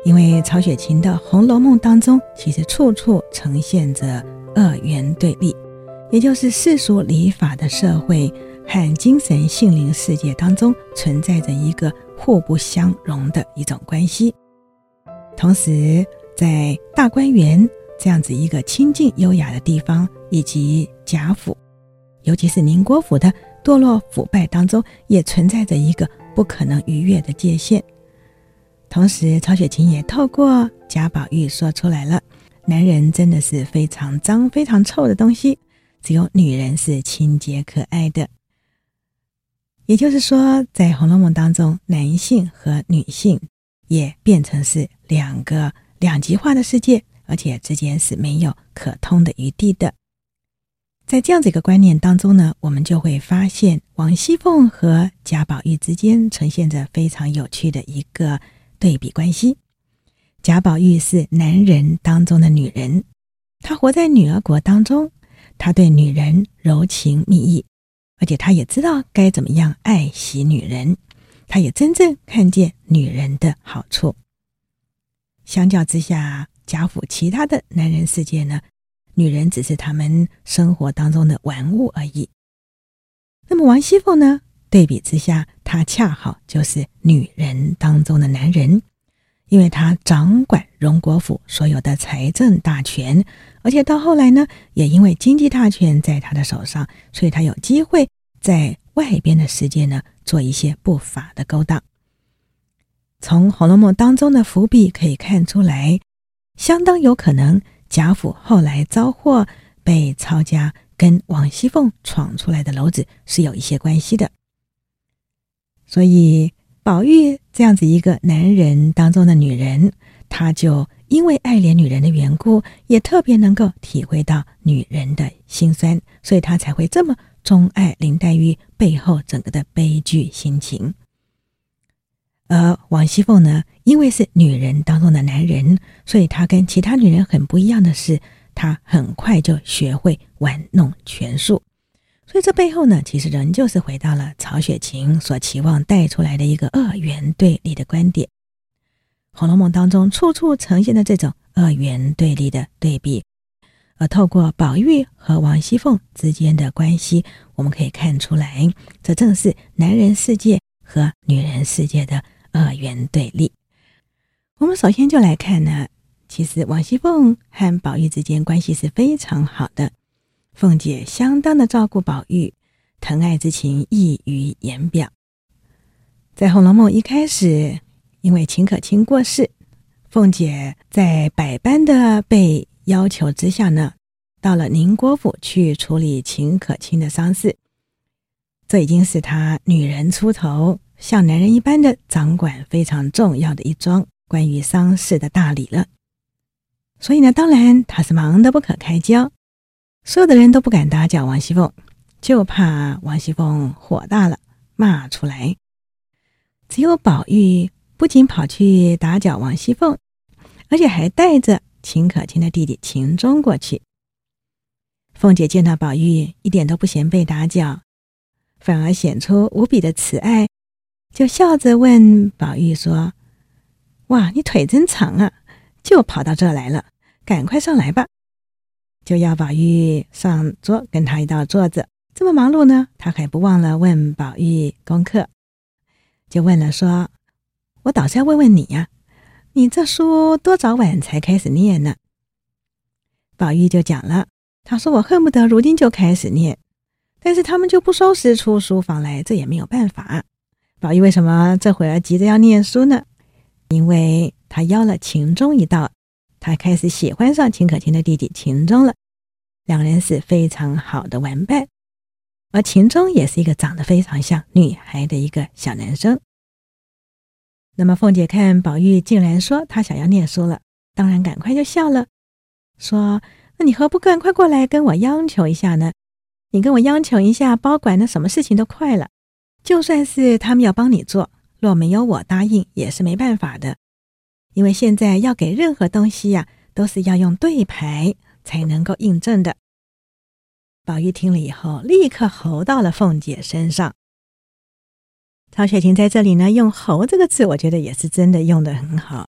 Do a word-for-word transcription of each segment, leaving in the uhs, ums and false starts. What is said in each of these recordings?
因为曹雪芹的《红楼梦》当中其实处处呈现着二元对立，也就是世俗礼法的社会和精神性灵世界当中存在着一个互不相容的一种关系。同时在大观园这样子一个清静优雅的地方，以及贾府，尤其是宁国府的堕落腐败当中，也存在着一个不可能逾越的界限。同时曹雪芹也透过贾宝玉说出来了，男人真的是非常脏非常臭的东西，只有女人是清洁可爱的。也就是说在《红楼梦》当中，男性和女性也变成是两个两极化的世界，而且之间是没有可通的余地的。在这样子一个观念当中呢，我们就会发现王熙凤和贾宝玉之间呈现着非常有趣的一个对比关系。贾宝玉是男人当中的女人，他活在女儿国当中，他对女人柔情蜜意，而且他也知道该怎么样爱惜女人，他也真正看见女人的好处。相较之下，贾府其他的男人世界呢，女人只是他们生活当中的玩物而已。那么王熙凤呢，对比之下，她恰好就是女人当中的男人，因为她掌管荣国府所有的财政大权，而且到后来呢，也因为经济大权在她的手上，所以她有机会在外边的世界呢做一些不法的勾当。从《红楼梦》当中的伏笔可以看出来，相当有可能贾府后来遭祸，被曹家跟王熙凤闯出来的篓子是有一些关系的。所以宝玉这样子一个男人当中的女人，他就因为爱怜女人的缘故，也特别能够体会到女人的心酸，所以他才会这么钟爱林黛玉背后整个的悲剧心情。而王熙凤呢，因为是女人当中的男人，所以她跟其他女人很不一样的是，她很快就学会玩弄权术。所以这背后呢，其实仍旧是回到了曹雪芹所期望带出来的一个二元对立的观点。《红楼梦》当中处处呈现的这种二元对立的对比，而透过宝玉和王熙凤之间的关系，我们可以看出来，这正是男人世界和女人世界的二元对立。我们首先就来看呢，其实王熙凤和宝玉之间关系是非常好的，凤姐相当的照顾宝玉，疼爱之情溢于言表。在《红楼梦》一开始，因为秦可卿过世，凤姐在百般的被要求之下呢，到了宁国府去处理秦可卿的丧事。这已经是她女人出头，像男人一般的掌管非常重要的一桩关于丧事的大礼了。所以呢，当然她是忙得不可开交，所有的人都不敢打搅王熙凤，就怕王熙凤火大了骂出来。只有宝玉不仅跑去打搅王熙凤，而且还带着秦可卿的弟弟秦钟过去。凤姐见到宝玉一点都不嫌被打搅，反而显出无比的慈爱，就笑着问宝玉说：哇，你腿真长啊，就跑到这儿来了，赶快上来吧。就要宝玉上桌跟他一道坐着。这么忙碌呢，他还不忘了问宝玉功课，就问了说：我倒是要问问你呀、啊，你这书多早晚才开始念呢？宝玉就讲了，他说我恨不得如今就开始念，但是他们就不收拾出书房来，这也没有办法。宝玉为什么这会儿急着要念书呢？因为他邀了秦钟一道，他开始喜欢上秦可卿的弟弟秦钟了，两人是非常好的玩伴。而秦钟也是一个长得非常像女孩的一个小男生。那么凤姐看宝玉竟然说他想要念书了，当然赶快就笑了，说：那你何不赶快过来跟我央求一下呢？你跟我央求一下，保管的什么事情都快了，就算是他们要帮你做，若没有我答应也是没办法的，因为现在要给任何东西呀、啊，都是要用对牌才能够印证的。宝玉听了以后立刻吼到了凤姐身上。曹雪芹在这里呢用吼这个字，我觉得也是真的用得很好。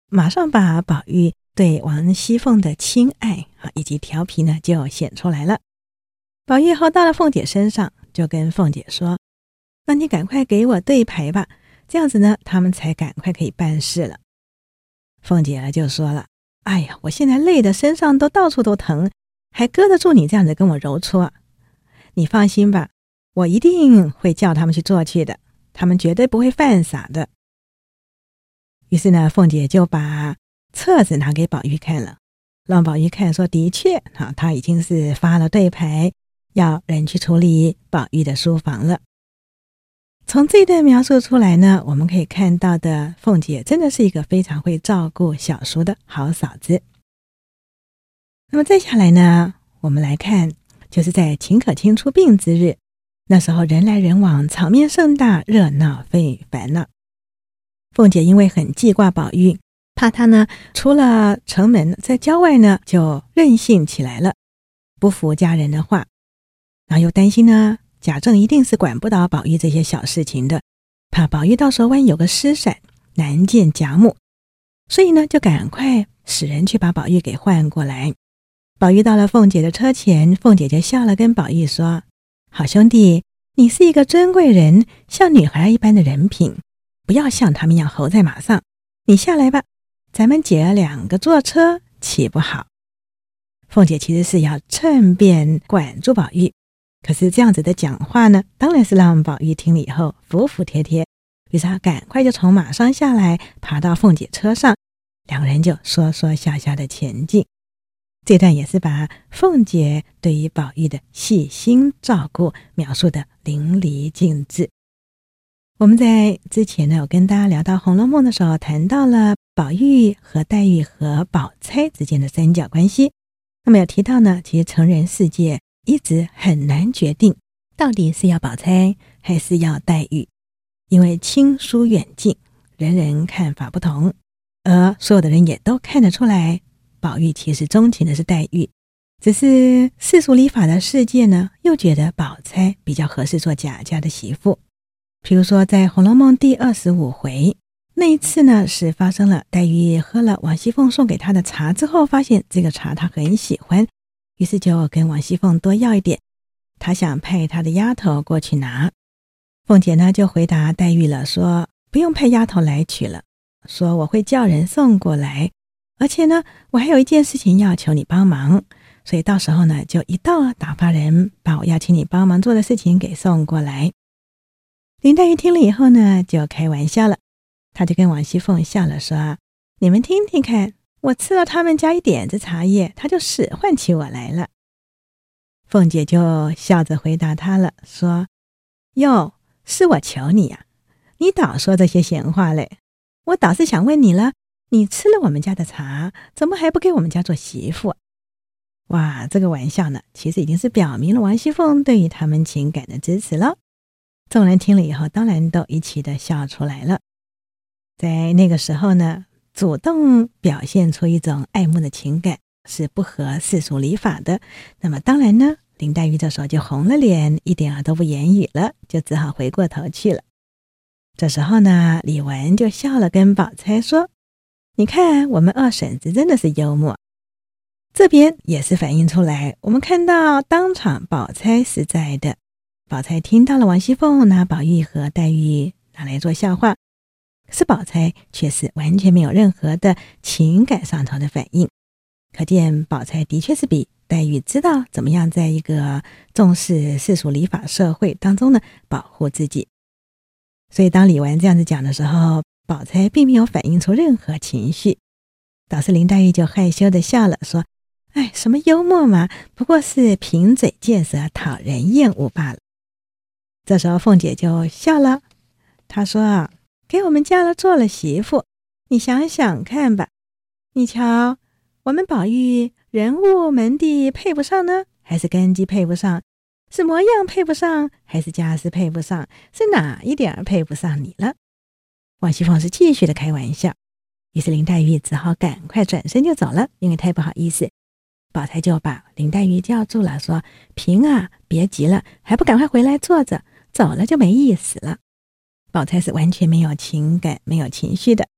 马上把宝玉对王熙凤的亲爱以及调皮呢就显出来了。宝玉后到了凤姐身上，就跟凤姐说，那你赶快给我对牌吧，这样子呢他们才赶快可以办事了。凤姐就说了，哎呀，我现在累得身上都到处都疼，还搁得住你这样子跟我揉搓？你放心吧，我一定会叫他们去做去的，他们绝对不会犯傻的。于是呢，凤姐就把册子拿给宝玉看了，让宝玉看说，的确啊，他已经是发了对牌，要人去处理宝玉的书房了。从这段描述出来呢，我们可以看到的凤姐真的是一个非常会照顾小叔的好嫂子。那么再下来呢，我们来看就是在秦可卿出殡之日，那时候人来人往，场面盛大，热闹非凡了。凤姐因为很记挂宝玉，怕他呢出了城门，在郊外呢就任性起来了，不服家人的话，然后又担心呢贾政一定是管不到宝玉这些小事情的，怕宝玉到时候万一有个失闪，难见贾母，所以呢就赶快使人去把宝玉给换过来。宝玉到了凤姐的车前，凤姐就笑了，跟宝玉说，好兄弟，你是一个尊贵人，像女孩一般的人品，不要像他们一样猴在马上，你下来吧，咱们姐儿两个坐车岂不好？凤姐其实是要趁便管住宝玉，可是这样子的讲话呢，当然是让宝玉听了以后服服帖帖，于是他赶快就从马上下来，爬到凤姐车上，两个人就说说笑笑的前进。这段也是把凤姐对于宝玉的细心照顾描述的淋漓尽致。我们在之前呢有跟大家聊到《红楼梦》的时候，谈到了宝玉和黛玉和宝钗之间的三角关系。那么有提到呢，其实成人世界一直很难决定到底是要宝钗还是要黛玉，因为亲疏远近，人人看法不同，而所有的人也都看得出来宝玉其实钟情的是黛玉，只是世俗礼法的世界呢又觉得宝钗比较合适做贾家的媳妇。譬如说在《红楼梦》第二十五回，那一次呢是发生了黛玉喝了王熙凤送给她的茶之后，发现这个茶她很喜欢，于是就跟王熙凤多要一点，她想派她的丫头过去拿。凤姐呢就回答黛玉了，说不用派丫头来取了，说我会叫人送过来，而且呢我还有一件事情要求你帮忙，所以到时候呢就一到打发人把我要请你帮忙做的事情给送过来。林黛玉听了以后呢就开玩笑了，她就跟王熙凤笑了，说你们听听看，我吃了他们家一点子茶叶，他就使唤起我来了。凤姐就笑着回答她了，说哟，是我求你呀、啊，你倒说这些闲话嘞，我倒是想问你了，你吃了我们家的茶，怎么还不给我们家做媳妇？哇，这个玩笑呢其实已经是表明了王熙凤对于他们情感的支持了。众人听了以后当然都一起的笑出来了。在那个时候呢，主动表现出一种爱慕的情感是不合世俗礼法的，那么当然呢，林黛玉这时候就红了脸，一点儿都不言语了，就只好回过头去了。这时候呢，李纨就笑了，跟宝钗说，你看我们二婶子真的是幽默。这边也是反映出来，我们看到当场宝钗是在的，宝钗听到了王熙凤拿宝玉和黛玉拿来做笑话，可是宝钗却是完全没有任何的情感上头的反应，可见宝钗的确是比黛玉知道怎么样在一个重视世俗礼法社会当中呢保护自己。所以当李纨这样子讲的时候，宝钗并没有反映出任何情绪，倒是林黛玉就害羞的笑了，说哎，什么幽默嘛，不过是贫嘴贱舌讨人厌恶罢了。这时候凤姐就笑了，她说给我们家了做了媳妇，你想想看吧，你瞧我们宝玉人物门第配不上呢，还是根基配不上？是模样配不上，还是家世配不上？是哪一点配不上你了？王熙凤是继续的开玩笑，于是林黛玉只好赶快转身就走了，因为太不好意思。宝钗就把林黛玉叫住了，说平啊，别急了，还不赶快回来坐着，走了就没意思了。宝钗是完全没有情感没有情绪的，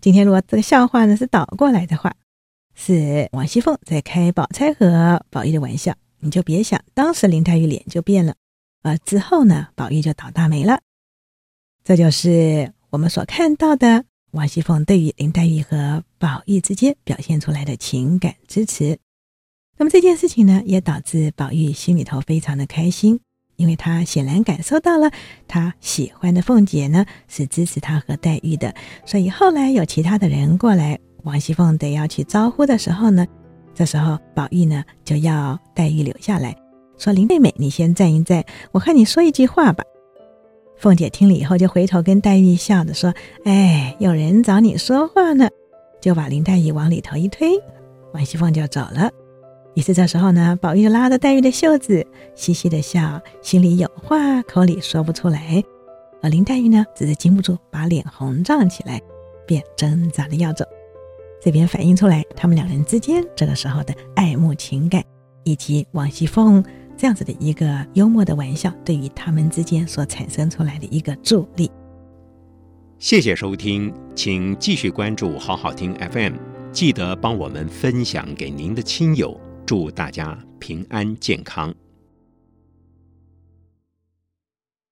今天如果这个笑话呢是倒过来的话，是王熙凤在开宝钗和宝玉的玩笑，你就别想当时林黛玉脸就变了，而之后呢宝玉就倒大霉了。这就是我们所看到的王熙凤对于林黛玉和宝玉之间表现出来的情感支持。那么这件事情呢也导致宝玉心里头非常的开心，因为他显然感受到了他喜欢的凤姐呢是支持他和黛玉的，所以后来有其他的人过来，王熙凤得要去招呼的时候呢，这时候宝玉呢就要黛玉留下来，说林妹妹你先站一站，我和你说一句话吧。凤姐听了以后就回头跟黛玉笑着说，哎，有人找你说话呢，就把林黛玉往里头一推，王熙凤就走了。于是这时候呢，宝玉就拉着黛玉的袖子嘻嘻的笑，心里有话口里说不出来，而林黛玉呢只是禁不住把脸红胀起来，便挣扎的要走。这边反映出来他们两人之间这个时候的爱慕情感，以及王熙凤这样子的一个幽默的玩笑对于他们之间所产生出来的一个助力。 谢谢收听，请继续关注好好听 F M， 记得帮我们分享给您的亲友，祝大家平安健康。